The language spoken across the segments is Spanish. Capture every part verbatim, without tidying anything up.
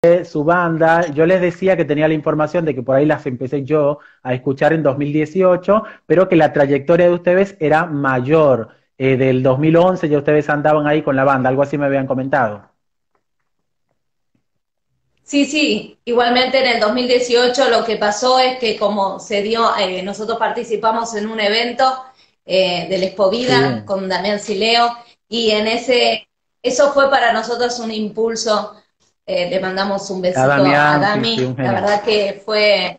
su banda. Yo les decía que tenía la información de que por ahí las empecé yo a escuchar en dos mil dieciocho, pero que la trayectoria de ustedes era mayor. Eh, del dos mil once ya ustedes andaban ahí con la banda, algo así me habían comentado. Sí, sí, igualmente en el dos mil dieciocho lo que pasó es que como se dio, eh, nosotros participamos en un evento eh, del Expo Vida Sí, con Damián Sileo y en ese, eso fue para nosotros un impulso, eh, le mandamos un a besito a Damián, sí, sí, un Dami, la genio. verdad que fue,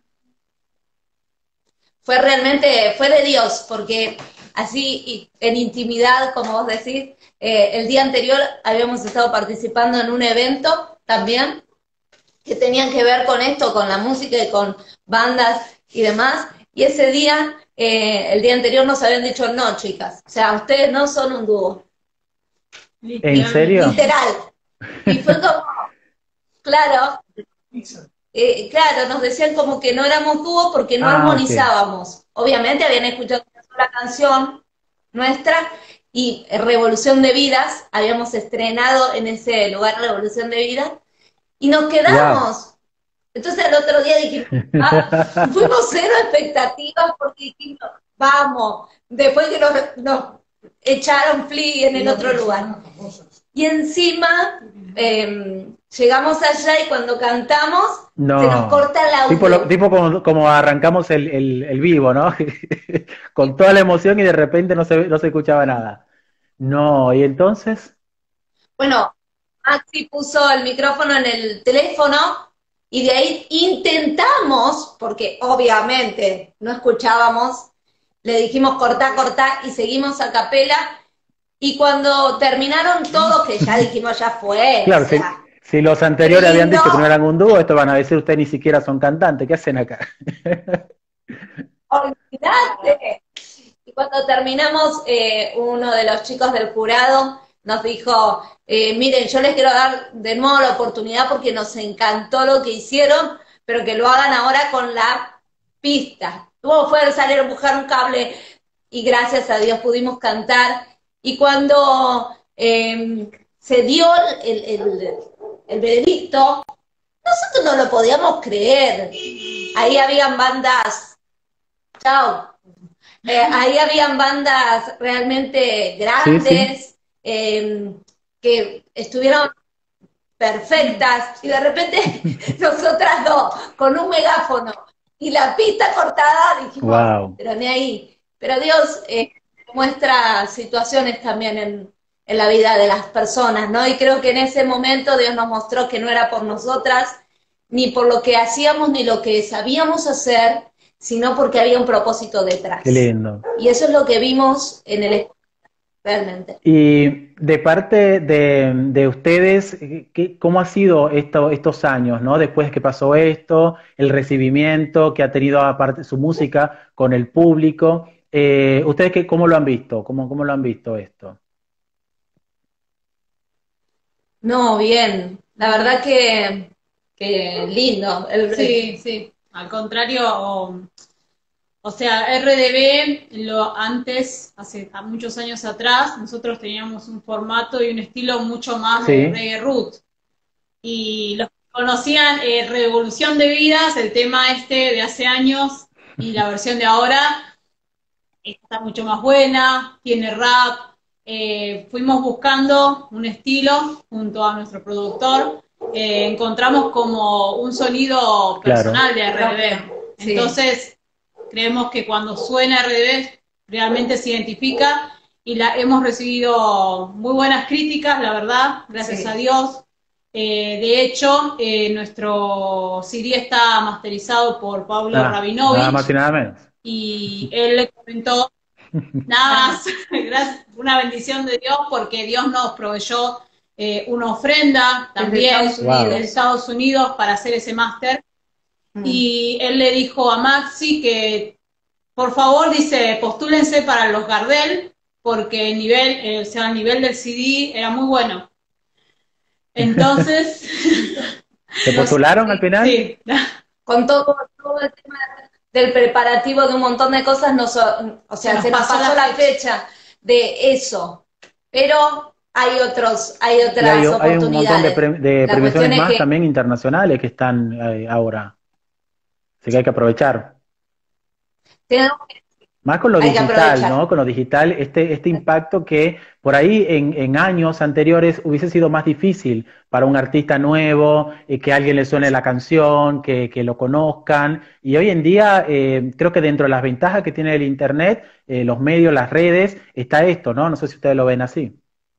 fue realmente, fue de Dios, porque así y en intimidad, como vos decís, eh, el día anterior habíamos estado participando en un evento también que tenían que ver con esto, con la música y con bandas y demás. Y ese día, eh, el día anterior nos habían dicho, no, chicas, o sea, ustedes no son un dúo, ¿En serio? literal. Y fue como, claro, eh, claro, nos decían como que no éramos dúo porque no Ah, ok. armonizábamos. Obviamente habían escuchado una sola canción nuestra y Revolución de Vidas, habíamos estrenado en ese lugar Revolución de Vidas, y nos Wow. quedamos. Entonces el otro día dijimos, ah, fuimos cero expectativas porque dijimos, vamos, después que nos, nos echaron flea en el otro lugar. Y encima eh, llegamos allá y cuando cantamos se nos No. corta el Tipo, lo- audio. tipo como, como arrancamos el, el, el vivo, ¿no? Con toda la emoción y de repente no se, no se escuchaba nada. No, y entonces, Bueno, Maxi puso el micrófono en el teléfono y de ahí intentamos, porque obviamente no escuchábamos, le dijimos cortá, cortá y seguimos a capela. Y cuando terminaron todos, que ya dijimos, ya fue, o claro, si, sea, si los qué anteriores habían lindo, dicho que no eran un dúo, estos van a decir ustedes ni siquiera son cantantes, ¿qué hacen acá? olvidate. Y cuando terminamos, eh, uno de los chicos del jurado nos dijo, eh, miren, yo les quiero dar de nuevo la oportunidad porque nos encantó lo que hicieron, pero que lo hagan ahora con la pista. Tuvo fue salir a buscar un cable y gracias a Dios pudimos cantar. Y cuando eh, se dio el, el, el veredicto, nosotros no lo podíamos creer. Ahí habían bandas, chao, eh, ahí habían bandas realmente Sí, sí. grandes, eh, que estuvieron perfectas, y de repente nosotras dos, con un megáfono y la pista cortada, dijimos, Wow. pero ni ahí. Pero Dios eh, muestra situaciones también en, en la vida de las personas, ¿no? Y creo que en ese momento Dios nos mostró que no era por nosotras, ni por lo que hacíamos, ni lo que sabíamos hacer, sino porque había un propósito Qué detrás. lindo. Y eso es lo que vimos en el realmente. Y de parte de, de ustedes, ¿qué, ¿cómo ha sido esto, estos años, ¿no? Después que pasó esto, el recibimiento que ha tenido aparte su música con el público. Eh, ¿ustedes qué, cómo lo han visto? ¿Cómo, cómo lo han visto esto? No, bien. La verdad que, que lindo. El, Sí, sí, al contrario, o, o sea, R D B, lo, antes, hace muchos años atrás, nosotros teníamos un formato y un estilo mucho más de Sí, reggae root. Y los que conocían eh, Revolución de Vidas, el tema este de hace años y la versión de ahora, está mucho más buena, tiene rap. Eh, fuimos buscando un estilo junto a nuestro productor. Eh, encontramos como un sonido claro. personal de R D B. sí. Entonces, creemos que cuando suena R D B realmente se identifica y la, hemos recibido muy buenas críticas, la verdad, gracias Sí. a Dios. Eh, de hecho, eh, nuestro C D está masterizado por Pablo Ah, nada más y Rabinovich nada menos. y él le comentó nada más, gracias, una bendición de Dios porque Dios nos proveyó eh, una ofrenda Desde también Estados Wow. de Unidos. Estados Unidos para hacer ese máster Mm. y él le dijo a Maxi que por favor, dice, postúlense para los Gardel porque el nivel, eh, o sea, el nivel del C D era muy bueno. Entonces, ¿Se Nos- postularon al sí, final? sí, con todo, todo el tema del preparativo de un montón de cosas, nos, o se sea, nos se nos pasó pasó la la fecha. fecha de eso. Pero hay otros, hay Y otras hay, hay un montón de, oportunidades. pre- de La premiaciones cuestión es más que, también internacionales que están eh, ahora. Así que hay que aprovechar. tenemos que- Más con lo hay que digital, aprovechar. ¿no? Con lo digital, este, este impacto que por ahí en, en años anteriores hubiese sido más difícil para un artista nuevo, eh, que a alguien le suene la canción, que, que lo conozcan. Y hoy en día, eh, creo que dentro de las ventajas que tiene el Internet, eh, los medios, las redes, está esto, ¿no? No sé si ustedes lo ven así.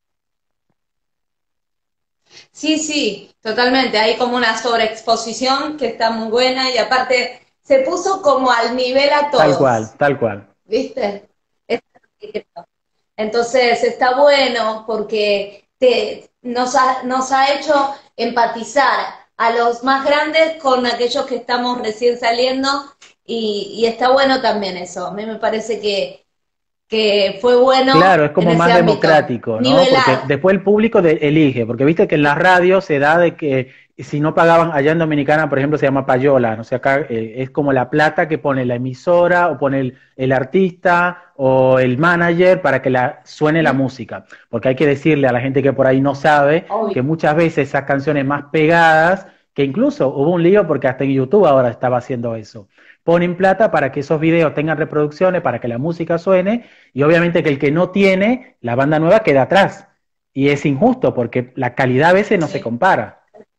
Sí, sí, totalmente. Hay como una sobreexposición que está muy buena y aparte se puso como al nivel a Tal cual, todos, tal cual. ¿viste? Es lo que creo. Entonces está bueno porque te, nos ha, nos ha hecho empatizar a los más grandes con aquellos que estamos recién saliendo y, y está bueno también eso. A mí me parece que, que fue Claro, bueno es en como ese más ámbito. democrático, ¿no? Porque Nivelar. después el público de- elige, porque viste que en la radio se da de que si no pagaban allá en Dominicana, por ejemplo, se llama payola, no sé, acá eh, es como la plata que pone la emisora o pone el, el artista o el manager para que la, suene la música. Porque hay que decirle a la gente que por ahí no sabe Obvio. que muchas veces esas canciones más pegadas, que incluso hubo un lío porque hasta en YouTube ahora estaba haciendo eso. Ponen plata para que esos videos tengan reproducciones, para que la música suene y obviamente que el que no tiene, la banda nueva queda atrás. Y es injusto porque la calidad a veces no se Sí. compara.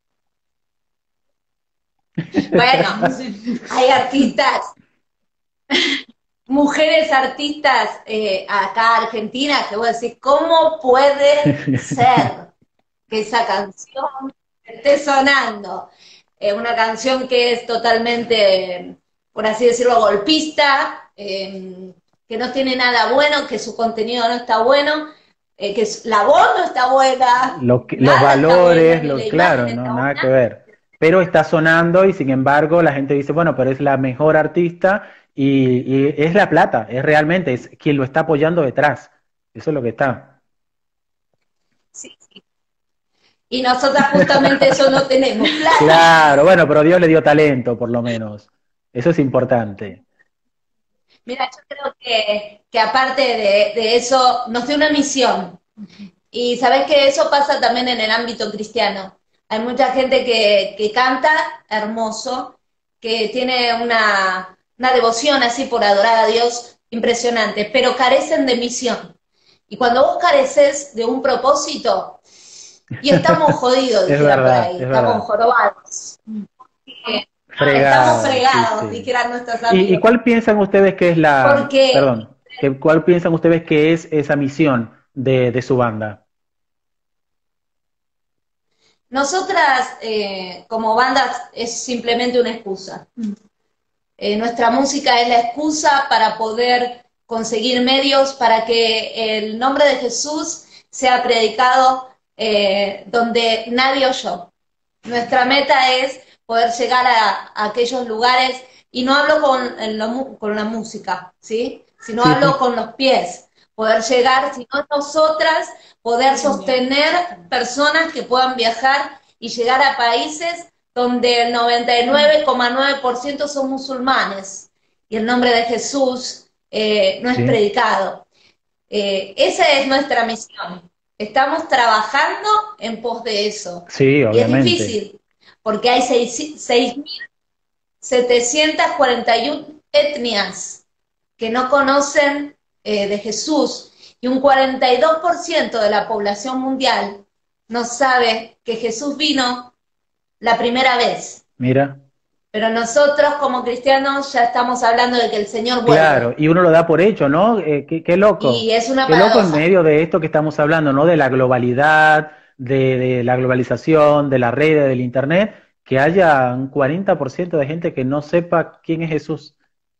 Bueno, hay artistas, mujeres artistas eh, acá argentinas que vos decís, ¿cómo puede ser que esa canción esté sonando? Eh, una canción que es totalmente, por así decirlo, golpista, eh, que no tiene nada bueno, que su contenido no está bueno, eh, que la voz no está buena, Lo que- los nada está bueno, valores, ni la lo, imagen claro, no, está nada que buena. ver. Pero está sonando y sin embargo la gente dice, bueno, pero es la mejor artista y, y es la plata, es realmente, es quien lo está apoyando detrás. Eso es lo que está. Sí, sí. Y nosotras justamente eso no tenemos, plata. Claro, bueno, pero Dios le dio talento, por lo menos. Eso es importante. Mira, yo creo que, que aparte de, de eso, nos dio una misión. Y sabes que eso pasa también en el ámbito cristiano. Hay mucha gente que, que canta hermoso, que tiene una, una devoción así por adorar a Dios impresionante, pero carecen de misión. Y cuando vos careces de un propósito, y estamos jodidos, Es dijera por verdad, ahí, es estamos verdad. jorobados. Eh, Estamos Fregado, sí, fregados, sí. dijeran nuestros ¿Y, y amigos. cuál piensan ustedes que es la, Porque perdón, que, cuál piensan ustedes que es esa misión de, de su banda? nosotras, eh, como bandas, es simplemente una excusa. Eh, nuestra música es la excusa para poder conseguir medios para que el nombre de Jesús sea predicado eh, donde nadie oyó. Nuestra meta es poder llegar a, a aquellos lugares, y no hablo con, en lo, con la música, ¿sí? Sino Sí, hablo sí. con los pies, poder llegar, si no nosotras, poder sostener personas que puedan viajar y llegar a países donde el noventa y nueve coma nueve por ciento son musulmanes y el nombre de Jesús eh, no es Sí, predicado. Eh, esa es nuestra misión. Estamos trabajando en pos de eso. sí, Y es obviamente. difícil, porque hay seis mil setecientas cuarenta y una etnias que no conocen eh, de Jesús, y un cuarenta y dos por ciento de la población mundial no sabe que Jesús vino la primera vez. Mira, Pero nosotros como cristianos ya estamos hablando de que el Señor claro, vuelve. y uno lo da por hecho, ¿no? Eh, qué, qué Y loco, es una qué loco en paradoja. medio de esto que estamos hablando, ¿no? De la globalidad, de, de la globalización, de las redes, del internet, que haya un cuarenta por ciento de gente que no sepa quién es Jesús.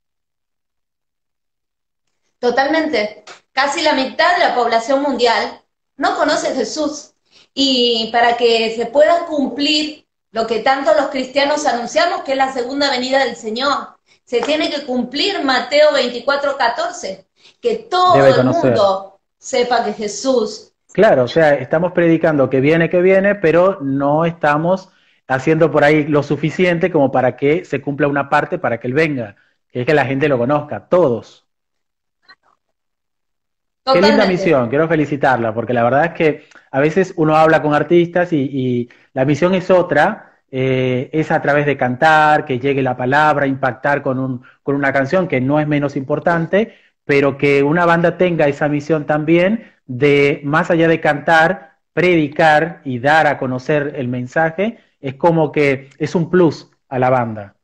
Totalmente. Casi la mitad de la población mundial no conoce a Jesús. Y para que se pueda cumplir lo que tanto los cristianos anunciamos, que es la segunda venida del Señor, se tiene que cumplir Mateo veinticuatro catorce, que todo Debe el conocer. mundo sepa que Jesús. Claro, o sea, estamos predicando que viene, que viene, pero no estamos haciendo por ahí lo suficiente como para que se cumpla una parte para que él venga, que es que la gente lo conozca, todos. Qué linda Totalmente. misión, quiero felicitarla, porque la verdad es que a veces uno habla con artistas y, y la misión es otra, eh, es a través de cantar, que llegue la palabra, impactar con un, con una canción que no es menos importante, pero que una banda tenga esa misión también de, más allá de cantar, predicar y dar a conocer el mensaje, es como que es un plus a la banda.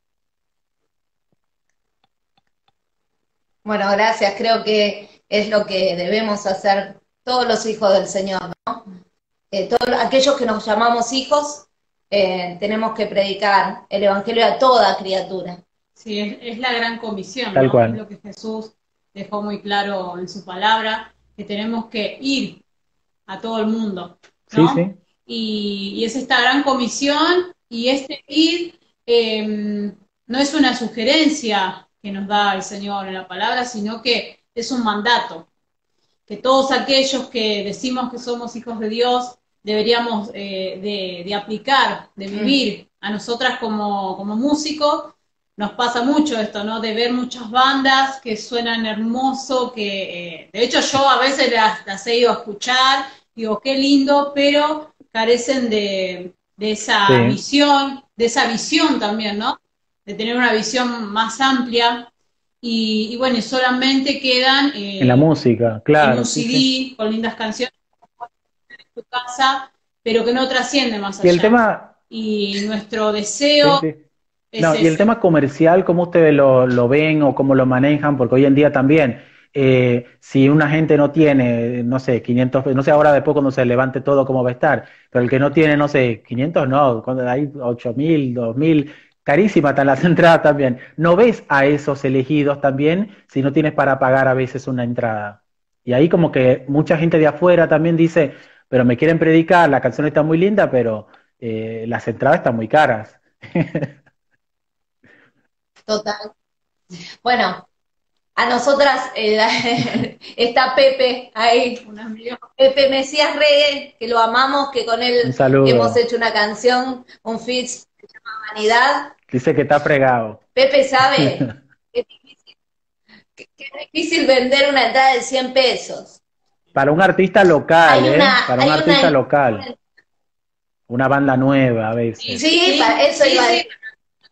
Bueno, gracias. Creo que es lo que debemos hacer todos los hijos del Señor, ¿no? Eh, todos aquellos que nos llamamos hijos, eh, tenemos que predicar el Evangelio a toda criatura. Sí, es, es la gran comisión, Tal ¿no? Es cual. lo que Jesús dejó muy claro en su palabra, que tenemos que ir a todo el mundo, Sí, ¿no? sí. Y, y es esta gran comisión y este ir eh, no es una sugerencia que nos da el Señor en la palabra, sino que es un mandato, que todos aquellos que decimos que somos hijos de Dios deberíamos eh, de, de aplicar, de Mm. vivir. A nosotras como, como músicos nos pasa mucho esto, ¿no? De ver muchas bandas que suenan hermoso, que eh, de hecho yo a veces las, las he ido a escuchar, digo, qué lindo, pero carecen de, de esa Sí. misión, de esa visión también, ¿no? De tener una visión más amplia y, y bueno, y solamente quedan En la eh, música, en claro, un sí, sí. C D con lindas canciones en tu casa, pero que no trasciende más Y el allá. tema, Y nuestro sí, deseo sí. es No, y el ese. tema comercial, ¿cómo ustedes lo, lo ven o cómo lo manejan? Porque hoy en día también, eh, si una gente no tiene, no sé, quinientos, no sé ahora después cuando se levante todo cómo va a estar, pero el que no tiene, no sé, quinientos no, cuando hay ocho mil, dos mil, carísimas están las entradas también. ¿No ves a esos elegidos también si no tienes para pagar a veces una entrada? Y ahí como que mucha gente de afuera también dice, pero me quieren predicar, la canción está muy linda, pero eh, las entradas están muy caras. Total. Bueno, a nosotras eh, está Pepe ahí, Un amigo. Pepe Mesías Reggae, que lo amamos, que con Un él hemos saludo. hecho una canción, un feat que se llama Vanidad. Dice que está fregado. Pepe sabe que es difícil, que es difícil vender una entrada de cien pesos. Para un artista local, Hay ¿eh? una, Para un hay artista una, local. Una banda nueva a Sí, veces. sí, para sí, eso sí, iba a sí. decir.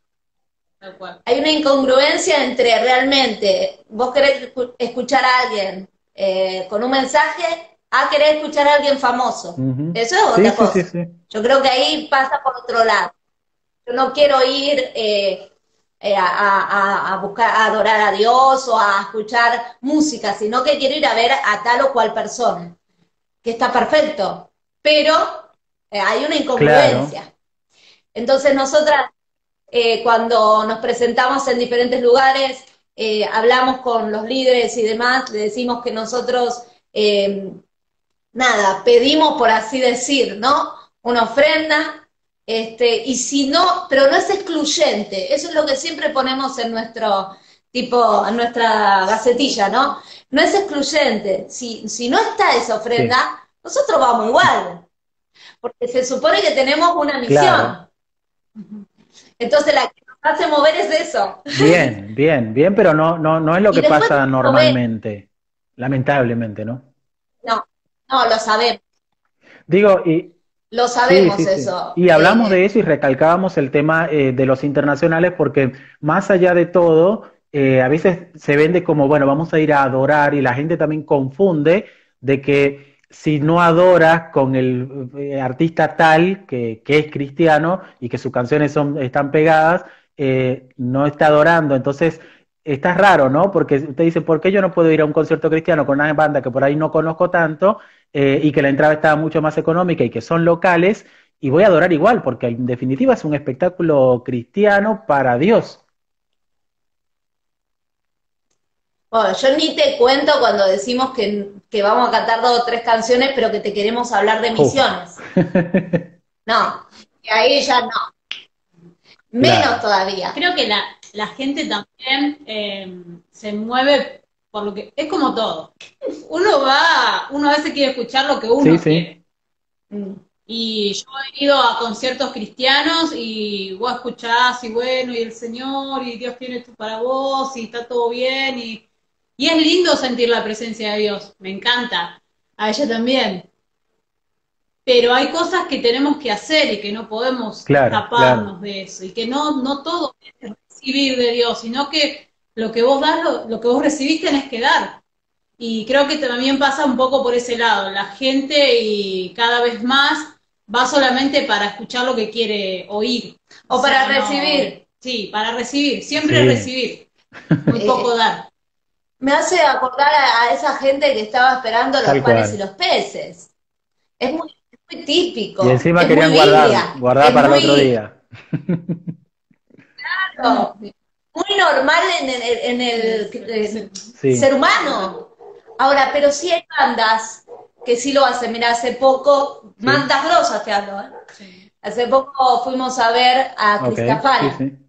Tal cual. Hay una incongruencia entre realmente vos querés escu- escuchar a alguien eh, con un mensaje a querer escuchar a alguien famoso. Ujú. Eso es Sí, otra sí, sí, cosa. sí. Yo creo que ahí pasa por otro lado. Yo no quiero ir eh, eh, a, a- a buscar, a adorar a Dios o a escuchar música, sino que quiero ir a ver a tal o cual persona, que está perfecto, pero eh, hay una Claro. incongruencia. Entonces nosotras eh, cuando nos presentamos en diferentes lugares, eh, hablamos con los líderes y demás, le decimos que nosotros, eh, nada, pedimos por así decir, ¿no? Una ofrenda, este, y si no, pero no es excluyente, eso es lo que siempre ponemos en nuestro tipo, en nuestra gacetilla, ¿no? No es excluyente, si, si no está esa Sí. ofrenda, nosotros vamos igual, porque se supone que tenemos una Claro. misión. Entonces la que nos hace mover es eso. Bien, bien, bien, pero no, no, no es lo Y que después pasa lo ven. normalmente. Lamentablemente, ¿no? No, no, lo sabemos. Digo, y Lo sí, sabemos sí, sí. eso. Y hablamos de Eh, eso y recalcábamos el tema eh, de los internacionales porque más allá de todo, eh, a veces se vende como, bueno, vamos a ir a adorar y la gente también confunde de que si no adoras con el eh, artista tal que, que es cristiano y que sus canciones son, están pegadas, eh, no está adorando. Entonces, está raro, ¿no? Porque usted dice, ¿por qué yo no puedo ir a un concierto cristiano con una banda que por ahí no conozco tanto? Eh, y que la entrada está mucho más económica y que son locales, y voy a adorar igual, porque en definitiva es un espectáculo cristiano para Dios. bueno, yo ni te cuento cuando decimos que, que vamos a cantar dos o tres canciones, pero que te queremos hablar de Uf. misiones. No, y ahí ya no. Menos Claro, todavía. Creo que la, la gente también eh, se mueve por lo que... Es como todo. Uno va, uno a veces quiere escuchar lo que sí, uno sí, quiere. Mm. Y yo he ido a conciertos cristianos y vos escuchás y bueno, y el Señor, y Dios tiene esto para vos, y está todo bien, y Y es lindo sentir la presencia de Dios, me encanta, a ella también. Pero hay cosas que tenemos que hacer y que no podemos Claro, escaparnos claro. de eso, y que no, no todo es recibir de Dios, sino que lo que vos das, lo, lo que vos recibís tenés que dar. Y creo que también pasa un poco por ese lado, la gente y cada vez más va solamente para escuchar lo que quiere oír. O O para sea, no, recibir. sí, para recibir, siempre Sí. recibir, muy poco Eh, dar. me hace acordar a, a esa gente que estaba esperando los Tal panes y cual. los peces. Es muy, es muy Y típico, encima es muy querían guardar, Biblia, guardar es para el otro muy, día. claro, muy normal en el, en el, eh, Sí. ser humano. Ahora, pero sí hay bandas que sí lo hacen. Mira, hace poco, Sí. bandas grosas te hablo, ¿eh? Sí. Hace poco fuimos a ver a Ok. Sí, Cristafari, sí.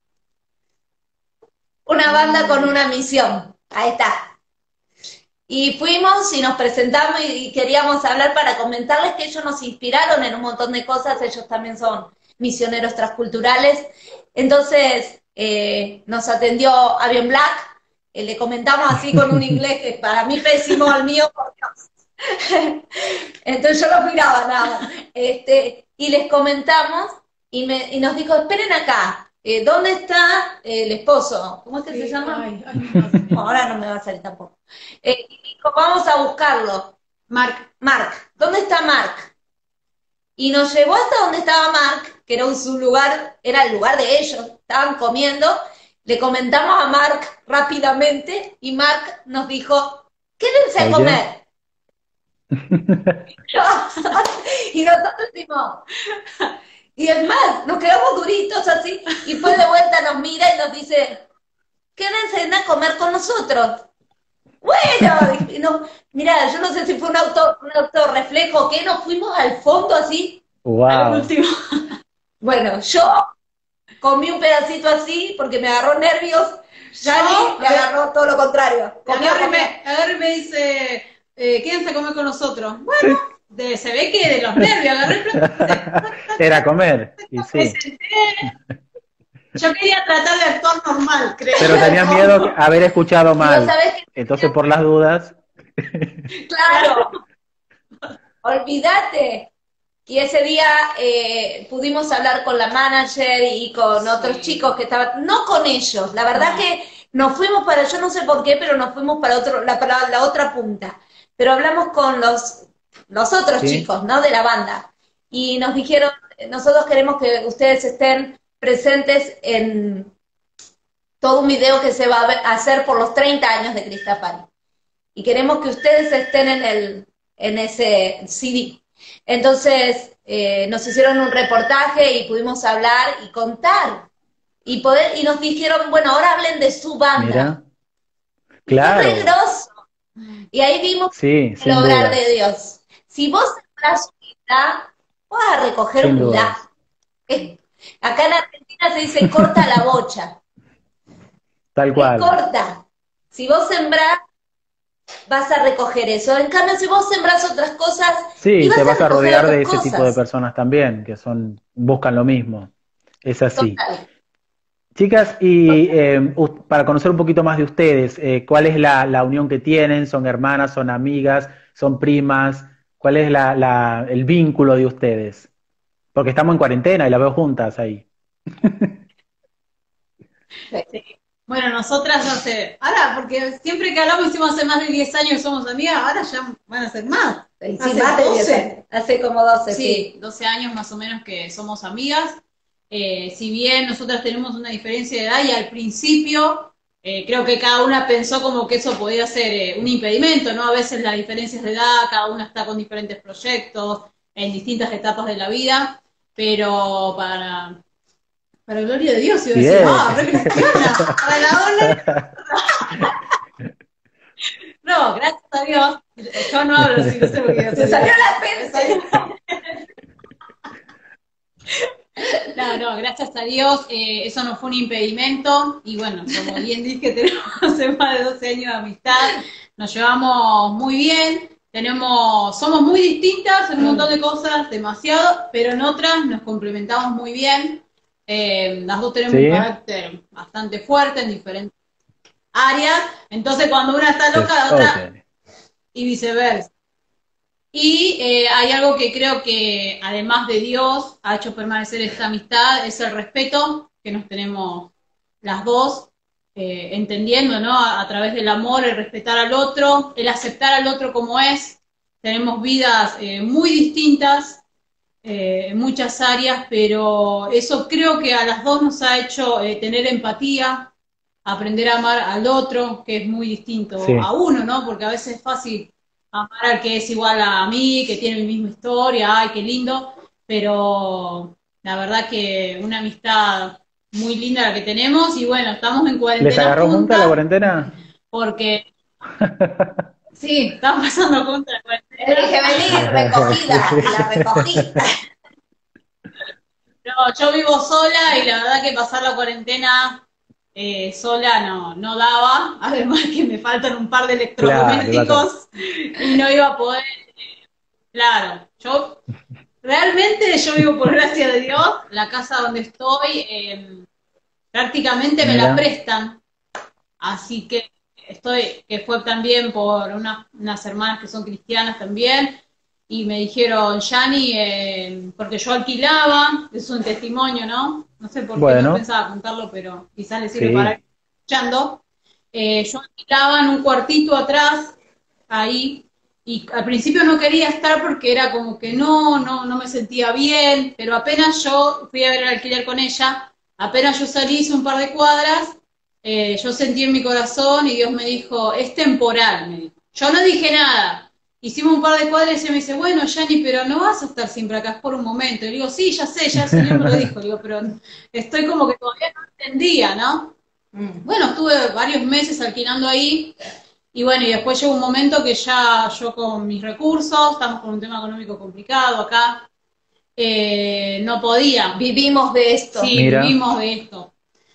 una banda con una misión. Ahí está. Y fuimos y nos presentamos y queríamos hablar para comentarles que ellos nos inspiraron en un montón de cosas. Ellos también son misioneros transculturales. Entonces eh, nos atendió Avion Black. Eh, le comentamos así con un inglés que para mí pésimo, al mío, por Dios. Entonces yo los miraba nada más. Este, y les comentamos y, me, y nos dijo, esperen acá, eh, ¿dónde está eh, el esposo? ¿Cómo es que Sí, se llama? ay, ay, no me No, ahora no me va a salir tampoco. Eh, y dijo, vamos a buscarlo. Marc, Mark, ¿dónde está Mark? Y nos llevó hasta donde estaba Mark, que era un, su lugar, era el lugar de ellos, estaban comiendo. Le comentamos a Mark rápidamente y Mark nos dijo, quédense a Oye. comer. Y nosotros decimos, y es más, nos quedamos duritos así, y después de vuelta nos mira y nos dice, quédense a comer con nosotros. Bueno, y no, mira, yo no sé si fue un auto, un autorreflejo, que nos fuimos al fondo así. al Wow. último. Bueno, yo comí un pedacito así porque me agarró nervios. Yanni Yo, le agarró todo lo contrario. Comió, agarra y comió. me, agarra y me dice, eh, quédense a comer con nosotros. Bueno, de- se ve que de los nervios agarré el plato, Era comer, y me sí. senté. Yo quería tratar de actuar normal, creo. Pero tenías miedo de haber escuchado Y vos mal. sabés que, Entonces, por las dudas. claro, olvídate. Y ese día eh, pudimos hablar con la manager y con Sí. otros chicos que estaban, no con ellos, la verdad No. que nos fuimos para, yo no sé por qué, pero nos fuimos para otro, la, para la otra punta. Pero hablamos con los, los otros Sí. chicos, ¿no? De la banda. Y nos dijeron, nosotros queremos que ustedes estén presentes en todo un video que se va a ver- a hacer por los treinta años de Cristafari. Y queremos que ustedes estén en, el, en ese C D. Entonces eh, nos hicieron un reportaje y pudimos hablar y contar. Y, poder, y nos dijeron, bueno, ahora hablen de su banda. Mira. Y fue Claro. re grosso. Y ahí vimos Sí, el sin obrar dudas. de Dios. Si vos sembrás humildad, vas a recoger Sin humildad. dudas. Es- acá en Argentina se dice corta la bocha. Tal Es cual. corta. Si vos sembrás, vas a recoger eso. En cambio, si vos sembrás otras cosas, Sí, y y te vas a vas a recoger rodear de otras ese tipo de cosas. personas también, que son, buscan lo mismo. Es así. Total. Chicas, y eh, u- para conocer un poquito más de ustedes, eh, ¿cuál es la, la unión que tienen? ¿Son hermanas, son amigas, son primas? ¿Cuál es la, la- el vínculo de ustedes? Porque estamos en cuarentena y la veo juntas ahí. Sí. Bueno, nosotras hace, ahora, porque siempre que hablamos hicimos hace más de diez años que somos amigas, ahora ya van a ser más. Sí, Hace más de doce. diez años. Hace como doce, sí. Sí, doce años más o menos que somos amigas. Eh, si bien nosotras tenemos una diferencia de edad y al principio eh, creo que cada una pensó como que eso podía ser eh, un impedimento, ¿no? A veces las diferencias de edad, cada una está con diferentes proyectos en distintas etapas de la vida, pero para, para gloria de Dios, iba a decir, Bien. ah, re cristiana, para la honra. No, gracias a Dios. Yo no hablo así, no sé por qué. Se salió la peste. No, no, gracias a Dios, eh, eso no fue un impedimento y bueno, como bien dije, tenemos hace más de doce años de amistad, nos llevamos muy bien, tenemos, somos muy distintas en un montón de cosas, demasiado, pero en otras nos complementamos muy bien, eh, las dos tenemos Sí. un carácter bastante fuerte en diferentes áreas, entonces cuando una está loca, la otra, Ok. y viceversa. Y eh, hay algo que creo que, además de Dios, ha hecho permanecer esta amistad, es el respeto que nos tenemos las dos, eh, entendiendo, ¿no? A, a través del amor, el respetar al otro, el aceptar al otro como es. Tenemos vidas eh, muy distintas eh, en muchas áreas, pero eso creo que a las dos nos ha hecho eh, tener empatía, aprender a amar al otro, que es muy distinto Sí. a uno, ¿no? Porque a veces es fácil amar al que es igual a mí, que tiene mi misma historia, ay, qué lindo, pero la verdad que una amistad muy linda la que tenemos y bueno, estamos en ¿Les cuarentena agarró junta la juntas cuarentena? porque sí, estamos pasando juntas la Le cuarentena. dije, vení, recogida, y la recogí. No, yo vivo sola y la verdad que pasar la cuarentena eh, sola no, no daba, además que me faltan un par de Claro, iba a ser. electrodomésticos y no iba a poder, claro, yo realmente yo vivo por gracia de Dios, la casa donde estoy eh, prácticamente me la Mira, prestan, así que estoy, que fue también por una, unas hermanas que son cristianas también, y me dijeron, Yani, eh, porque yo alquilaba, es un testimonio, ¿no? No sé por qué no bueno, pensaba contarlo, pero quizás le sirve para ir sí, escuchando. Eh, yo alquilaba en un cuartito atrás, ahí, y al principio no quería estar porque era como que no, no, no me sentía bien, pero apenas yo fui a ver el alquiler con ella, apenas yo salí, hice un par de cuadras, eh, yo sentí en mi corazón y Dios me dijo, es temporal, me dijo. Yo no dije nada. Hicimos un par de cuadras y se me dice, bueno, Yani, pero no vas a estar siempre acá, es por un momento. Y le digo, sí, ya sé, ya el Señor me lo dijo. Le digo, pero estoy como que todavía no entendía, ¿no? Mm. Bueno, estuve varios meses alquilando ahí y bueno, y después llegó un momento que ya yo con mis recursos, estamos con un tema económico complicado acá, eh, no podía. Vivimos de esto. Sí, mira, vivimos de esto.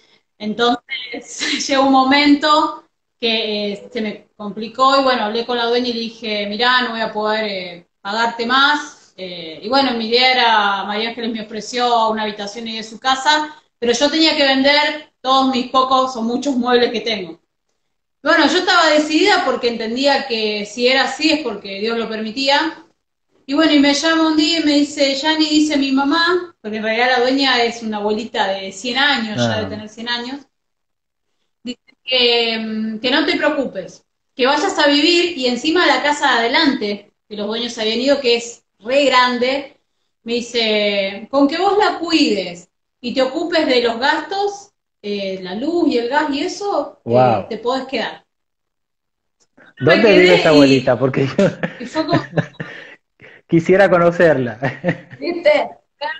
Entonces llegó un momento que eh, se me complicó y bueno, hablé con la dueña y le dije, mirá, no voy a poder eh, pagarte más. Eh, y bueno, mi idea era, María Ángeles me ofreció una habitación ahí de su casa, pero yo tenía que vender todos mis pocos o muchos muebles que tengo. Bueno, yo estaba decidida porque entendía que si era así es porque Dios lo permitía. Y bueno, y me llama un día y me dice, Yani, dice mi mamá, porque en realidad la dueña es una abuelita de cien años, ya de ah, tener cien años, dice que, mm, que no te preocupes, que vayas a vivir y encima la casa de adelante, que los dueños habían ido, que es re grande, me dice, con que vos la cuides y te ocupes de los gastos, eh, la luz y el gas y eso, eh, wow. te podés quedar. Yo me ¿Dónde vive esa quedé abuelita? y, Porque yo y fue como, quisiera conocerla. ¿Viste?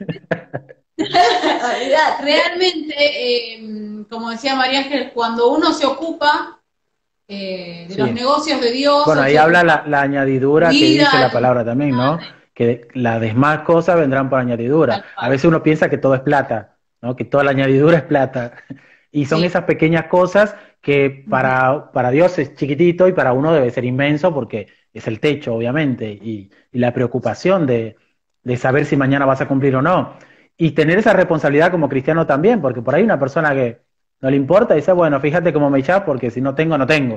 Olvidate. realmente, eh, como decía María Ángel, cuando uno se ocupa eh, de los Sí. negocios de Dios, Bueno, Él ahí se habla ocupa la, la tu añadidura que dice vida, la tu palabra también, ¿no? Que las demás cosas vendrán por añadidura. tal A cual. veces uno piensa que todo es plata, ¿no? Que toda la añadidura es plata. Y son Sí. esas pequeñas cosas que Ujú. para, para Dios es chiquitito y para uno debe ser inmenso porque es el techo, obviamente, y, y la preocupación de, de saber si mañana vas a cumplir o no. Y tener esa responsabilidad como cristiano también, porque por ahí una persona que no le importa dice, bueno, fíjate cómo me echás porque si no tengo, no tengo.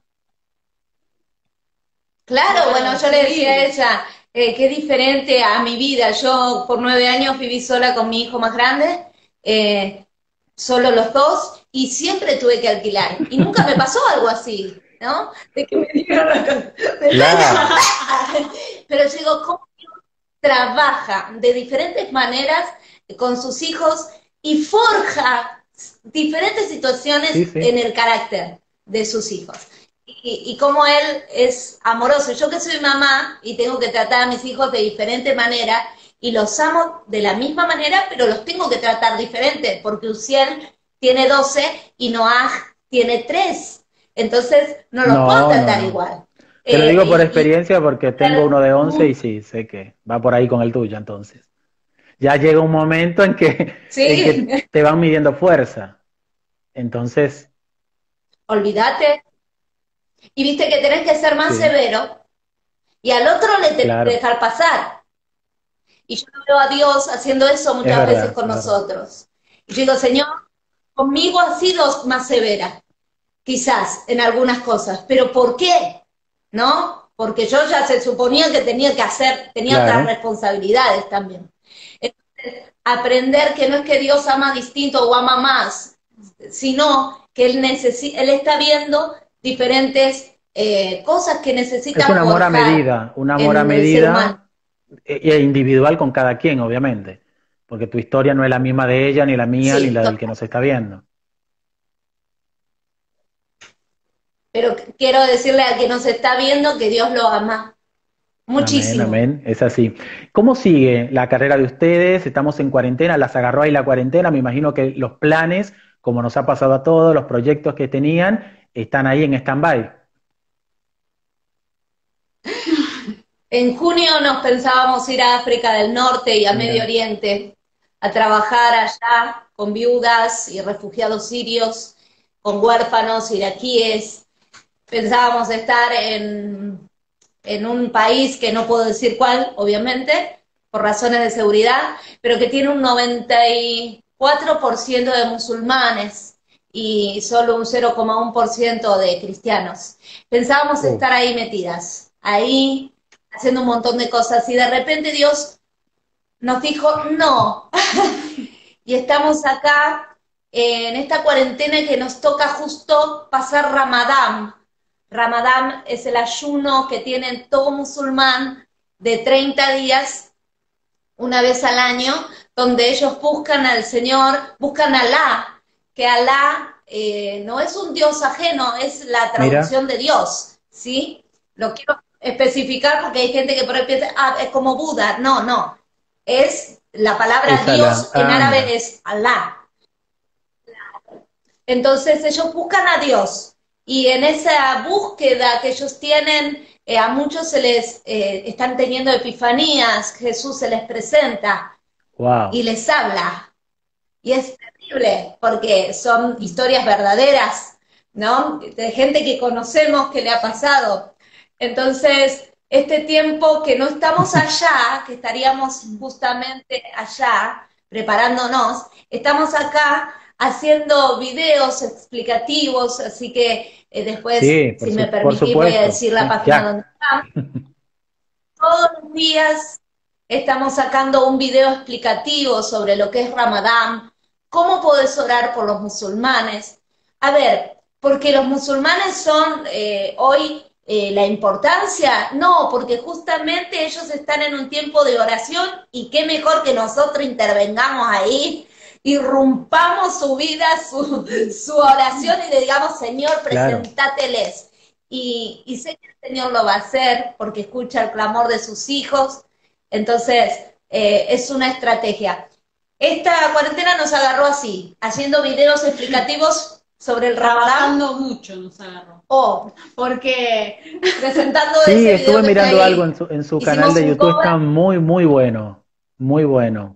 Claro, bueno, Bueno, yo le decía a sí, ella, eh, qué diferente a mi vida. Yo por nueve años viví sola con mi hijo más grande, eh, solo los dos, y siempre tuve que alquilar. Y nunca me pasó algo así, ¿no? De que me dieron la cosa. Claro, Pero yo digo, ¿cómo trabaja de diferentes maneras con sus hijos y forja diferentes sí, situaciones en sí. el carácter de sus hijos? Y, y cómo él es amoroso. Yo que soy mamá y tengo que tratar a mis hijos de diferente manera y los amo de la misma manera, pero los tengo que tratar diferente, porque Uciel tiene doce y Noah tiene tres. Entonces no los puedo No, no, tratar no. igual. Te lo Eh, digo por y, y experiencia porque tengo uno de once y sí, sé que va por ahí con el tuyo, entonces. Ya llega un momento en que, en sí, que te van midiendo fuerza. Entonces, olvídate. Y viste que tenés que ser más sí, severo y al otro le tenés que claro, dejar pasar. Y yo veo a Dios haciendo eso es muchas veces verdad, con es verdad. nosotros. Y yo digo, Señor, conmigo has sido más severa. quizás, en algunas cosas, pero ¿por qué? ¿No? Porque yo ya se suponía que tenía que hacer, tenía Claro. otras responsabilidades también. Entonces, aprender que no es que Dios ama distinto o ama más, sino que Él, necesi- él está viendo diferentes eh, cosas que necesita Es un amor a forjar medida, un amor a en el ser humano. medida e e individual con cada quien, obviamente, porque tu historia no es la misma de ella, ni la mía, ni Sí, la del que total. nos está viendo. Pero quiero decirle al que nos está viendo que Dios lo ama Amén, muchísimo. amén, es así. ¿Cómo sigue la carrera de ustedes? Estamos en cuarentena, las agarró ahí la cuarentena, me imagino que los planes, como nos ha pasado a todos, los proyectos que tenían, están ahí en stand-by. En junio nos pensábamos ir a África del Norte y a Medio Mira, Oriente a trabajar allá con viudas y refugiados sirios, con huérfanos iraquíes. Pensábamos estar en, en un país que no puedo decir cuál, obviamente, por razones de seguridad, pero que tiene un noventa y cuatro por ciento de musulmanes y solo un cero coma uno por ciento de cristianos. Pensábamos uh, estar ahí metidas, ahí haciendo un montón de cosas y de repente Dios nos dijo no. Y estamos acá eh, en esta cuarentena que nos toca justo pasar Ramadán. Ramadán es el ayuno que tiene todo musulmán de treinta días, una vez al año, donde ellos buscan al Señor, buscan a Alá, que Alá eh, no es un Dios ajeno, es la mira, traducción de Dios, ¿sí? Lo quiero especificar porque hay gente que por ahí piensa, ah, es como Buda. No, no. Es la palabra esa la, Dios en ah, árabe mira, es Alá. Entonces ellos buscan a Dios y en esa búsqueda que ellos tienen, eh, a muchos se les eh, están teniendo epifanías, Jesús se les presenta y wow. les habla. Y es terrible porque son historias verdaderas, ¿no? De gente que conocemos que le ha pasado. Entonces, este tiempo que no estamos allá, que estaríamos justamente allá preparándonos, estamos acá haciendo videos explicativos, así que eh, después, Sí, por si me su, por permitís, voy a supuesto, decir la sí, página ya. donde está. Todos los días estamos sacando un video explicativo sobre lo que es Ramadán, cómo podés orar por los musulmanes. A ver, porque los musulmanes son eh, hoy eh, la importancia, no, porque justamente ellos están en un tiempo de oración y qué mejor que nosotros intervengamos ahí, irrumpamos su vida, su, su oración y le digamos, Señor, Claro. presentáteles. Y, y sé que el Señor lo va a hacer porque escucha el clamor de sus hijos. Entonces, eh, es una estrategia. Esta cuarentena nos agarró así, haciendo videos explicativos sobre el Ramadán Trabajando mucho nos agarró. o Porque presentando Sí, ese video estuve que está mirando algo ahí. en su, en su canal Hicimos de un YouTube, está cover. muy, muy bueno, muy bueno.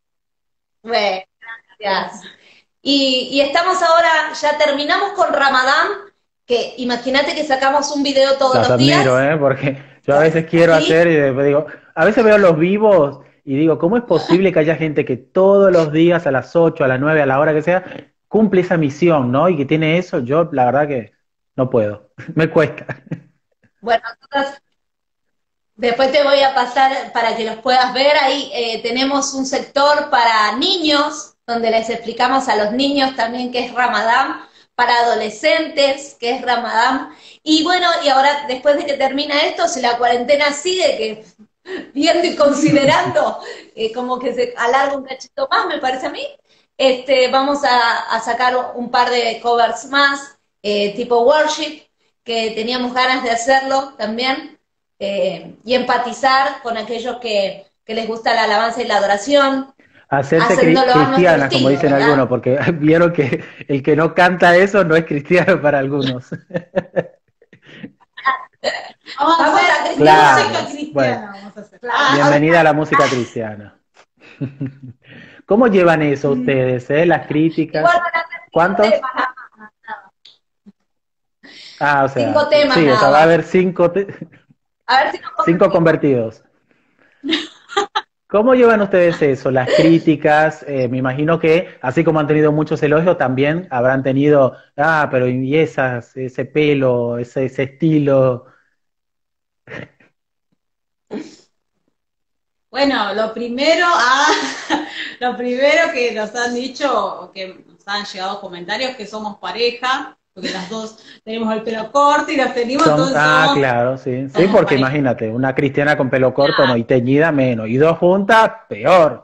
Bueno, gracias. Y, y estamos ahora, ya terminamos con Ramadán, que imagínate que sacamos un video todos Las los admiro, días, ¿eh? Porque yo a veces quiero hacer ¿sí? y después digo, a veces veo los vivos y digo, ¿cómo es posible que haya gente que todos los días a las ocho, a las nueve, a la hora que sea, cumple esa misión, ¿no? Y que tiene eso, yo la verdad que no puedo, me cuesta. Bueno, nosotros después te voy a pasar para que los puedas ver. Ahí eh, tenemos un sector para niños, donde les explicamos a los niños también qué es Ramadán, para adolescentes qué es Ramadán. Y bueno, y ahora después de que termina esto, si la cuarentena sigue, que viendo y considerando eh, como que se alarga un cachito más, me parece a mí, este, vamos a, a sacar un par de covers más, eh, tipo worship, que teníamos ganas de hacerlo también eh, y empatizar con aquellos que, que les gusta la alabanza y la adoración, Hacerse cri- haciéndolo a nuestro cristiana, como estilo, dicen ¿verdad? algunos, porque vieron que el que no canta eso no es cristiano para algunos. vamos a Vamos a hacer cristianizar. música Claro, bueno, cristiana, vamos a hacer. Claro. bienvenida a la música cristiana. ¿Cómo llevan eso ustedes, eh? Las Igual críticas. van a ser cinco ¿Cuántos? temas, nada más, Ah, o cinco sea, temas sí, o sea, nada va a más. haber cinco, te- A ver si nos cinco convertimos. convertidos. ¿Cómo llevan ustedes eso? Las críticas, eh, me imagino que así como han tenido muchos elogios, también habrán tenido, ah, pero y esas, ese pelo, ese, ese estilo. Bueno, lo primero, ah, lo primero que nos han dicho, o que nos han llegado comentarios, que somos pareja, porque las dos tenemos el pelo corto y las tenemos, Son, entonces ah, somos, claro, sí, sí, somos porque pareja. imagínate, una cristiana con pelo corto, no, Claro, y teñida menos, y dos juntas, peor.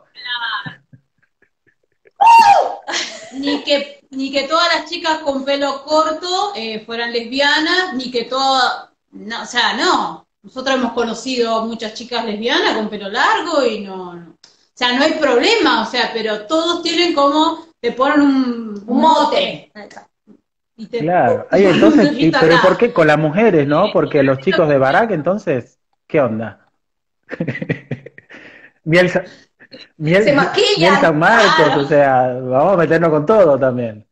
ni que, ni que todas las chicas con pelo corto eh, fueran lesbianas, ni que todas, no, o sea, no. Nosotros hemos conocido muchas chicas lesbianas con pelo largo y no, no. O sea, no hay problema, o sea, pero todos tienen como, te ponen un, Un mote. y te, Claro. Ay, entonces, y, listo pero ¿por acá. qué con las mujeres, no? Porque los chicos de Barak, entonces, ¿qué onda? Miel, Sa- Se miel, miel maquillan, San Marcos, o Claro. sea, vamos a meternos con todo también.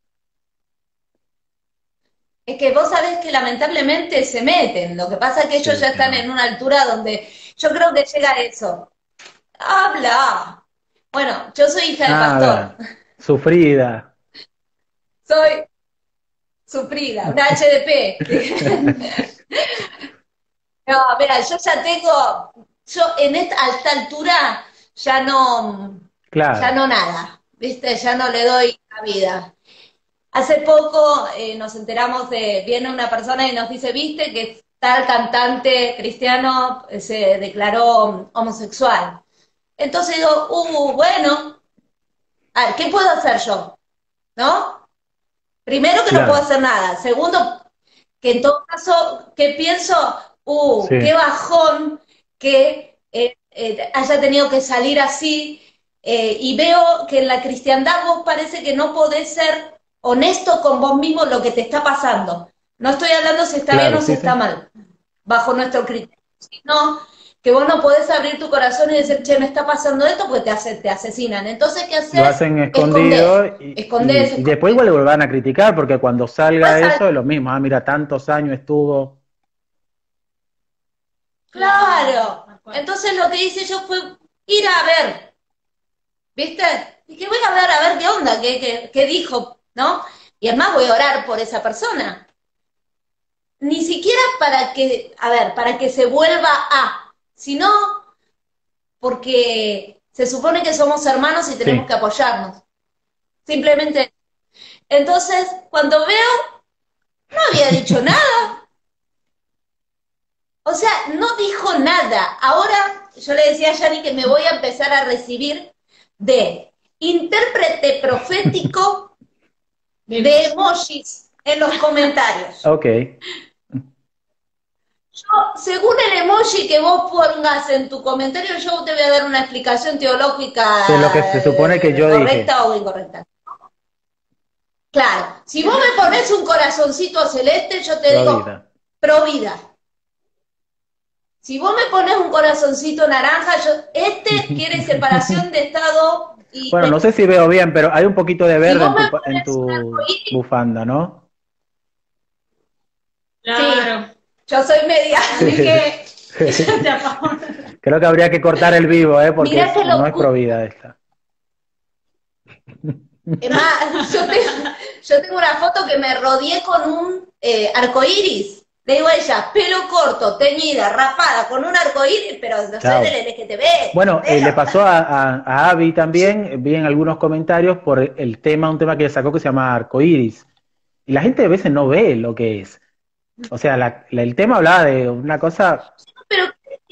es que vos sabés que lamentablemente se meten, lo que pasa es que ellos Sí, ya qué están mal. en una altura donde yo creo que llega a eso. Habla. Bueno, yo soy hija de Ah, a pastor, ver, sufrida. soy sufrida, una H D P. No, mira, yo ya tengo, yo en esta, a esta altura ya no, ya Claro, no nada, ¿viste? Ya no le doy la vida. Hace poco eh, nos enteramos de, viene una persona y nos dice, viste que tal cantante cristiano eh, se declaró homosexual. Entonces digo, uh, bueno, a ver, ¿qué puedo hacer yo? ¿No? Primero que no puedo claro, hacer nada. Segundo, que en todo caso, ¿qué pienso? Uh, qué sí. bajón que eh, eh, haya tenido que salir así. Eh, y veo que en la cristiandad vos parece que no podés ser honesto con vos mismo lo que te está pasando. No estoy hablando si está bien Claro, o si sí, está sí. mal, bajo nuestro criterio, sino que vos no podés abrir tu corazón y decir, che, me está pasando esto, pues te, hace, te asesinan. Entonces, ¿qué Lo haces? hacen Escondés, escondido y, escondés, y, y después escondés. igual le van a criticar porque cuando salga Después, eso es lo mismo. Ah, mira, tantos años estuvo. Claro, claro. tal cual. Entonces lo que hice yo fue ir a ver, ¿viste? Y que voy a ver a ver qué onda, qué, qué, qué dijo, ¿no? Y además voy a orar por esa persona. Ni siquiera para que, a ver, para que se vuelva a, sino porque se supone que somos hermanos y tenemos Sí, que apoyarnos. Simplemente. Entonces, cuando veo, no había dicho nada. O sea, no dijo nada. Ahora yo le decía a Yani que me voy a empezar a recibir de intérprete profético De- de emojis en los comentarios. ok. Yo, según el emoji que vos pongas en tu comentario, yo te voy a dar una explicación De lo que se teológica supone que eh, yo dije. correcta o incorrecta. Claro, si vos me pones un corazoncito celeste, yo te Pro digo vida. pro vida. Si vos me pones un corazoncito naranja, yo, este quiere separación de Estado y Bueno, de... no sé si veo bien, pero hay un poquito de Si verde vos en me tu, pa- en pones un tu arcoíris, bufanda, ¿no? sí, claro. yo soy media. Tenés que, ella te apagó. Creo que habría que cortar el vivo, ¿eh? Porque Mirá es- qué no es locura. pro vida esta. Es más, yo tengo, yo tengo una foto que me rodeé con un eh, arcoíris. Le digo a ella, pelo corto, teñida, rapada, con un arcoíris, pero no soy del Chao. L G T B, Bueno, eh, le entendelo. pasó a, a, a Abby también, eh, vi en algunos comentarios por el tema, un tema que ella sacó que se llama arcoíris. Y la gente a veces no ve lo que es. O sea, la- la- el tema hablaba de una cosa, Pero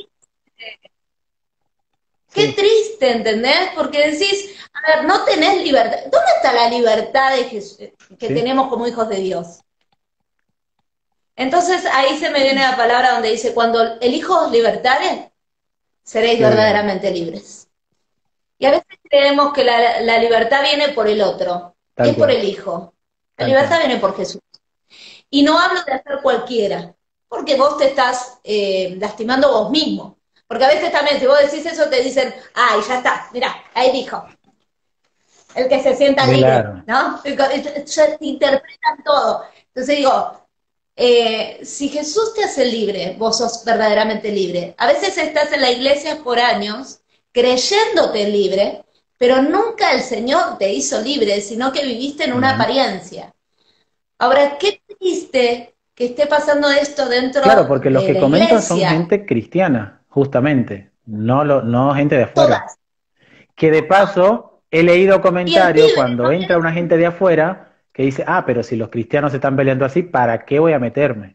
qué sí, triste, ¿entendés? Porque decís, a ver, no tenés libertad. ¿Dónde está la libertad de Jesús, que sí, tenemos como hijos de Dios? Entonces ahí se me viene la palabra donde dice, cuando el Hijo os libertare, seréis qué bien, verdaderamente libres. Y a veces creemos que la, la libertad viene por el otro, y tal es por cual, el Hijo. La tal libertad cual. viene por Jesús. Y no hablo de hacer cualquiera, porque vos te estás eh, lastimando vos mismo. Porque a veces también, si vos decís eso, te dicen, ay, ya está, mirá, ahí dijo, el que se sienta libre, Claro, ¿no? Ya te interpretan todo. Entonces digo, eh, si Jesús te hace libre, vos sos verdaderamente libre. A veces estás en la iglesia por años creyéndote libre, pero nunca el Señor te hizo libre, sino que viviste en una Ujú. apariencia. Ahora, qué triste que esté pasando esto dentro Claro, porque los de que la comentan son iglesia, gente cristiana, justamente, no, lo, no gente de afuera. todas, Que de paso, he leído y el comentarios pibe cuando no entra tiene. una gente de afuera que dice, ah, pero si los cristianos se están peleando así, ¿para qué voy a meterme?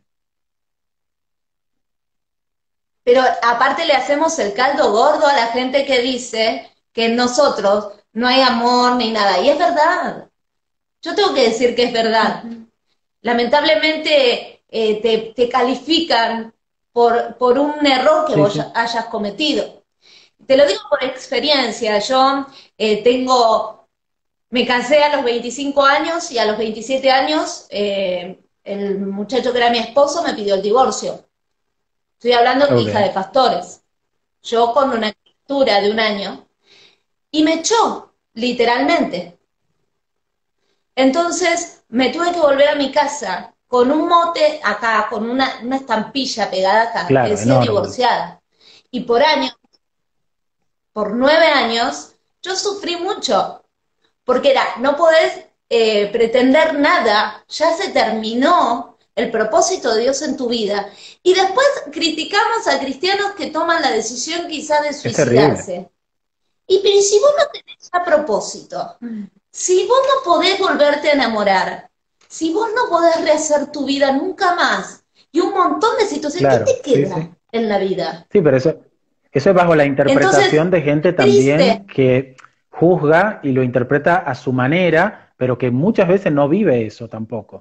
Pero aparte le hacemos el caldo gordo a la gente que dice que en nosotros no hay amor ni nada. Y es verdad. Yo tengo que decir que es verdad. Lamentablemente eh, te, te califican por, por un error que Sí, vos sí. hayas cometido. Te lo digo por experiencia. Yo eh, tengo, me casé a los veinticinco años y a los veintisiete años eh, el muchacho que era mi esposo me pidió el divorcio. Estoy hablando de hija Ok, de pastores. Yo con una criatura de un año, y me echó, literalmente. Entonces me tuve que volver a mi casa con un mote acá, con una, una estampilla pegada acá, que claro, decía enorme. divorciada. Y por años, por nueve años, yo sufrí mucho, porque era, no podés eh, pretender nada, ya se terminó el propósito de Dios en tu vida. Y después criticamos a cristianos que toman la decisión quizás de Es terrible. suicidarse. Y pero ¿y si vos no tenés a propósito? Si vos no podés volverte a enamorar, si vos no podés rehacer tu vida nunca más, y un montón de situaciones, ¿qué Claro, te sí, sí. queda en la vida? Sí, pero eso, eso es bajo la Entonces, interpretación de gente triste. también que juzga y lo interpreta a su manera, pero que muchas veces no vive eso tampoco.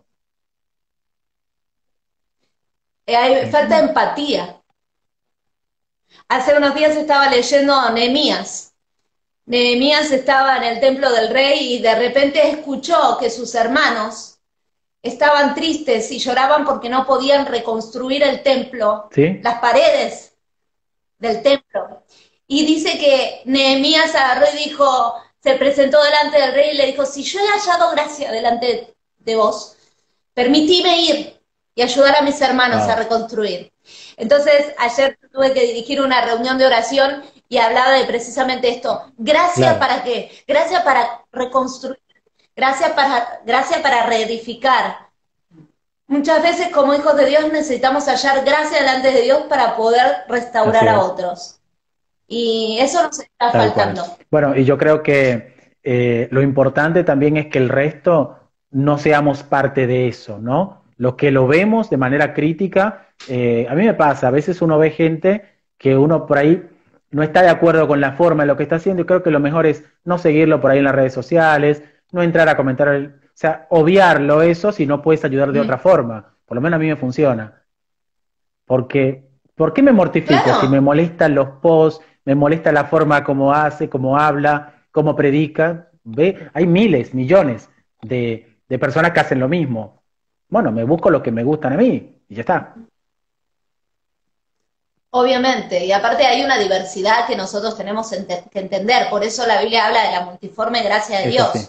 Eh, hay falta Ujú. de empatía. Hace unos días estaba leyendo a Nehemías. Nehemías estaba en el templo del rey y de repente escuchó que sus hermanos estaban tristes y lloraban porque no podían reconstruir el templo, ¿Sí? las paredes del templo. Y dice que Nehemías agarró y dijo, se presentó delante del rey y le dijo, si yo he hallado gracia delante de vos, permitime ir y ayudar a mis hermanos a Wow, reconstruir. Entonces, ayer tuve que dirigir una reunión de oración y hablaba de precisamente esto. ¿Gracia claro, para qué? Gracia para reconstruir, gracia para, gracia para reedificar. Muchas veces como hijos de Dios necesitamos hallar gracia delante de Dios para poder así restaurar a es. otros. Y eso nos está Tal cual. faltando. Bueno, y yo creo que eh, lo importante también es que el resto no seamos parte de eso, ¿no? Los que lo vemos de manera crítica, eh, a mí me pasa, a veces uno ve gente que uno por ahí no está de acuerdo con la forma de lo que está haciendo y creo que lo mejor es no seguirlo por ahí en las redes sociales, no entrar a comentar, el- o sea, obviarlo eso si no puedes ayudar de otra Mm. forma. Por lo menos a mí me funciona. Porque, ¿por qué me mortifico? Si me Claro, molestan los posts, me molesta la forma como hace, cómo habla, cómo predica. ¿Ve? Hay miles, millones de, de personas que hacen lo mismo. Bueno, me busco lo que me gustan a mí y ya está. obviamente. Y aparte hay una diversidad que nosotros tenemos ente- que entender. Por eso la Biblia habla de la multiforme gracia de Es así. Dios.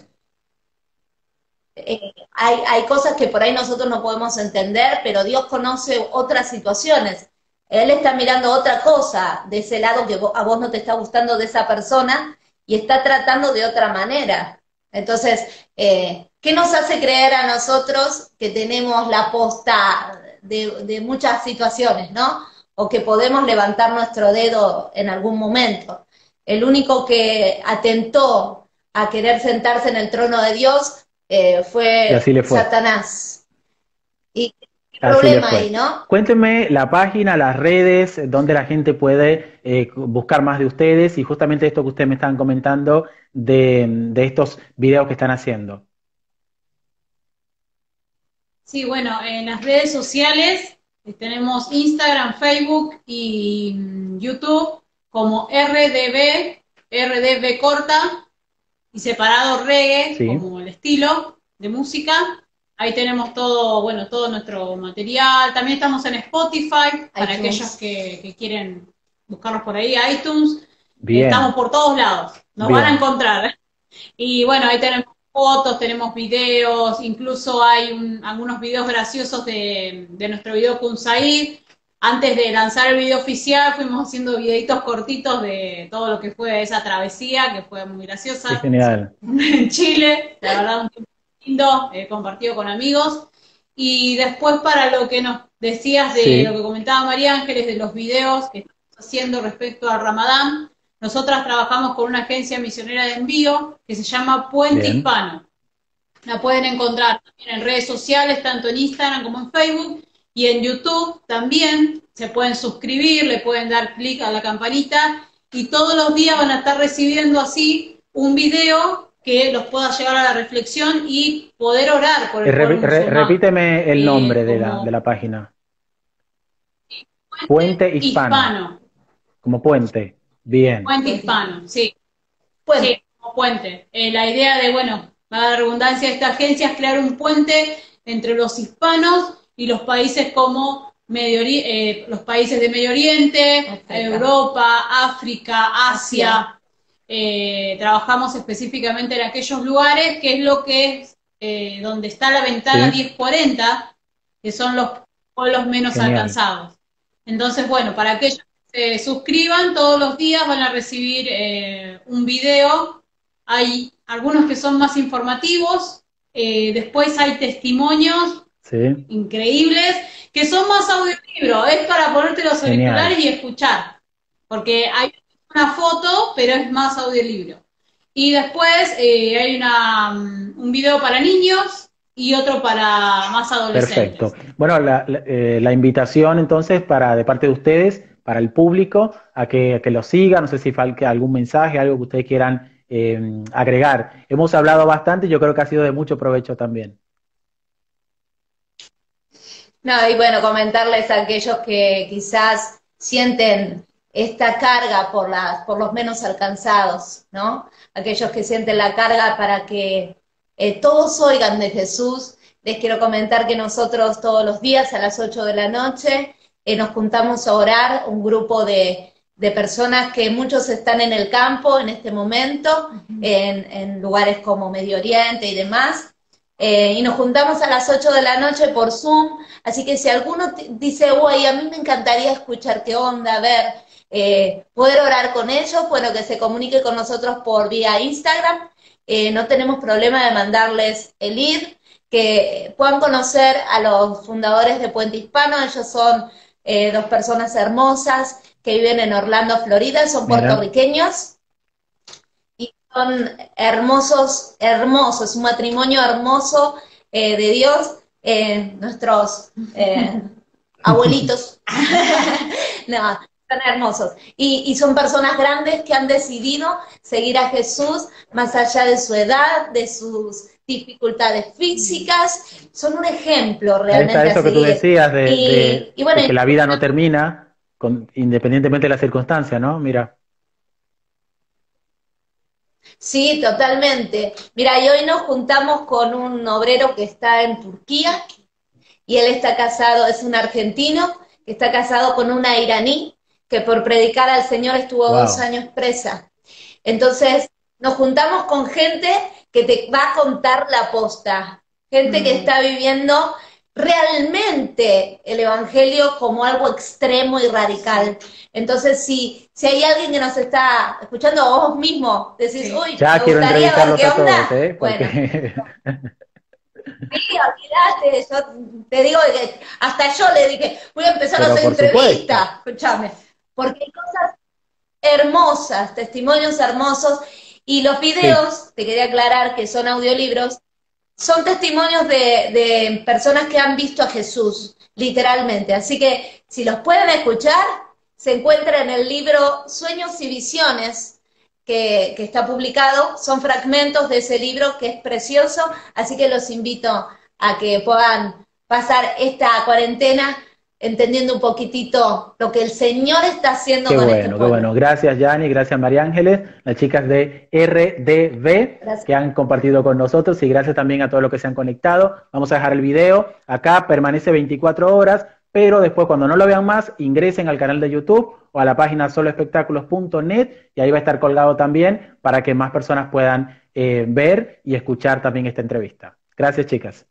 Eh, hay, hay cosas que por ahí nosotros no podemos entender, pero Dios conoce otras situaciones. Él está mirando otra cosa de ese lado que vo- a vos no te está gustando de esa persona y está tratando de otra manera. Entonces, eh, ¿qué nos hace creer a nosotros que tenemos la posta de, de muchas situaciones, ¿no? O que podemos levantar nuestro dedo en algún momento. El único que atentó a querer sentarse en el trono de Dios eh, Y así fue le fue. Satanás. Y el Así le problema ahí, fue. ¿no? Cuéntenme la página, las redes, donde la gente puede eh, buscar más de ustedes y justamente esto que ustedes me estaban comentando de, de estos videos que están haciendo. Sí, bueno, en las redes sociales eh, tenemos Instagram, Facebook y mm, YouTube como R D B, R D B corta y separado reggae, ¿Sí? como el estilo de música. Ahí tenemos todo, bueno, todo nuestro material. También estamos en Spotify, para aquellos iTunes. que, que quieren buscarnos por ahí, iTunes. Eh, estamos Bien, por todos lados, nos van a bien. encontrar. Y bueno, ahí tenemos fotos, tenemos videos, incluso hay un- algunos videos graciosos de, de nuestro video con Said. antes de lanzar el video oficial fuimos haciendo videitos cortitos de todo lo que fue esa travesía, que fue muy graciosa. Qué genial. En Chile, la verdad, un tiempo lindo, eh, compartido con amigos. Y después para lo que nos decías de Sí. lo que comentaba María Ángeles, de los videos que estamos haciendo respecto al Ramadán, nosotras trabajamos con una agencia misionera de envío que se llama Puente Bien. Hispano. La pueden encontrar también en redes sociales, tanto en Instagram como en Facebook, y en YouTube también. Se pueden suscribir, le pueden dar clic a la campanita, y todos los días van a estar recibiendo así un video que los pueda llevar a la reflexión y poder orar por Eh, el re- pueblo re- musulmán. repíteme el Eh, nombre de la, como de la página. Puente Puente Hispano. Hispano. Como puente. Bien. Puente Hispano, sí. Puente. Sí, como puente. Eh, la idea de, bueno, la redundancia de esta agencia es crear un puente entre los hispanos y los países como Medio Ori- eh, los países de Medio Oriente, África. Europa, África, Asia. Eh, trabajamos específicamente en aquellos lugares, que es lo que es eh, donde está la ventana Sí. diez cuarenta, que son los pueblos menos Genial. alcanzados. Entonces, bueno, para aquellos que se suscriban, todos los días van a recibir eh, un video. Hay algunos que son más informativos, eh, después hay testimonios Sí. increíbles, que son más audiolibro, es para ponerte los Genial. auriculares y escuchar, porque hay una foto, pero es más audiolibro. Y después eh, hay una, um, un video para niños y otro para más adolescentes. Perfecto. Bueno, la, la, eh, la invitación entonces para de parte de ustedes, para el público, a que, a que lo sigan, no sé si falta algún mensaje, algo que ustedes quieran eh, agregar. Hemos hablado bastante y yo creo que ha sido de mucho provecho también. No, y bueno, comentarles a aquellos que quizás sienten esta carga por las, por los menos alcanzados, ¿no? Aquellos que sienten la carga para que eh, todos oigan de Jesús. Les quiero comentar que nosotros todos los días a las ocho de la noche eh, nos juntamos a orar, un grupo de, de personas que muchos están en el campo en este momento, en, en lugares como Medio Oriente y demás. Eh, y nos juntamos a las ocho de la noche por Zoom, así que si alguno dice, uy, a mí me encantaría escuchar qué onda, a ver, eh, poder orar con ellos, bueno, que se comunique con nosotros por vía Instagram, eh, no tenemos problema de mandarles el link, que puedan conocer a los fundadores de Puente Hispano. Ellos son eh, dos personas hermosas que viven en Orlando, Florida, son Mira. puertorriqueños. Son hermosos, hermosos, un matrimonio hermoso eh, de Dios, eh, nuestros eh, abuelitos, no, son hermosos, y, y son personas grandes que han decidido seguir a Jesús más allá de su edad, de sus dificultades físicas, son un ejemplo Ahí realmente está eso a que tú seguir. decías de, Y, de- y bueno, de que la vida no termina con, independientemente de las circunstancias, ¿no? Mira. sí, totalmente. Mira, y hoy nos juntamos con un obrero que está en Turquía y él está casado, es un argentino que está casado con una iraní que por predicar al Señor estuvo Wow. dos años presa. Entonces, nos juntamos con gente que te va a contar la posta, gente que está viviendo realmente el Evangelio como algo extremo y radical. Entonces, si, si hay alguien que nos está escuchando, o vos mismo decís, Sí. uy, Ya me quiero gustaría ver entrevistarlos qué a onda. todos, ¿eh? Bueno, Porque sí, olvídate, yo te digo que hasta yo le dije, voy a empezar Pero a hacer por supuesto. entrevistas, escúchame, porque hay cosas hermosas, testimonios hermosos, y los videos, te quería aclarar que son audiolibros, son testimonios de, de personas que han visto a Jesús, literalmente, así que si los pueden escuchar, se encuentra en el libro Sueños y Visiones, que, que está publicado, son fragmentos de ese libro que es precioso, así que los invito a que puedan pasar esta cuarentena entendiendo un poquitito lo que el Señor está haciendo qué con este bueno, qué pueblo. bueno. Gracias, Yanni, gracias, María Ángeles, las chicas de R D V Gracias. que han compartido con nosotros y gracias también a todos los que se han conectado. Vamos a dejar el video acá, permanece veinticuatro horas, pero después cuando no lo vean más, ingresen al canal de YouTube o a la página solo espectáculos punto net y ahí va a estar colgado también para que más personas puedan eh, ver y escuchar también esta entrevista. Gracias, chicas.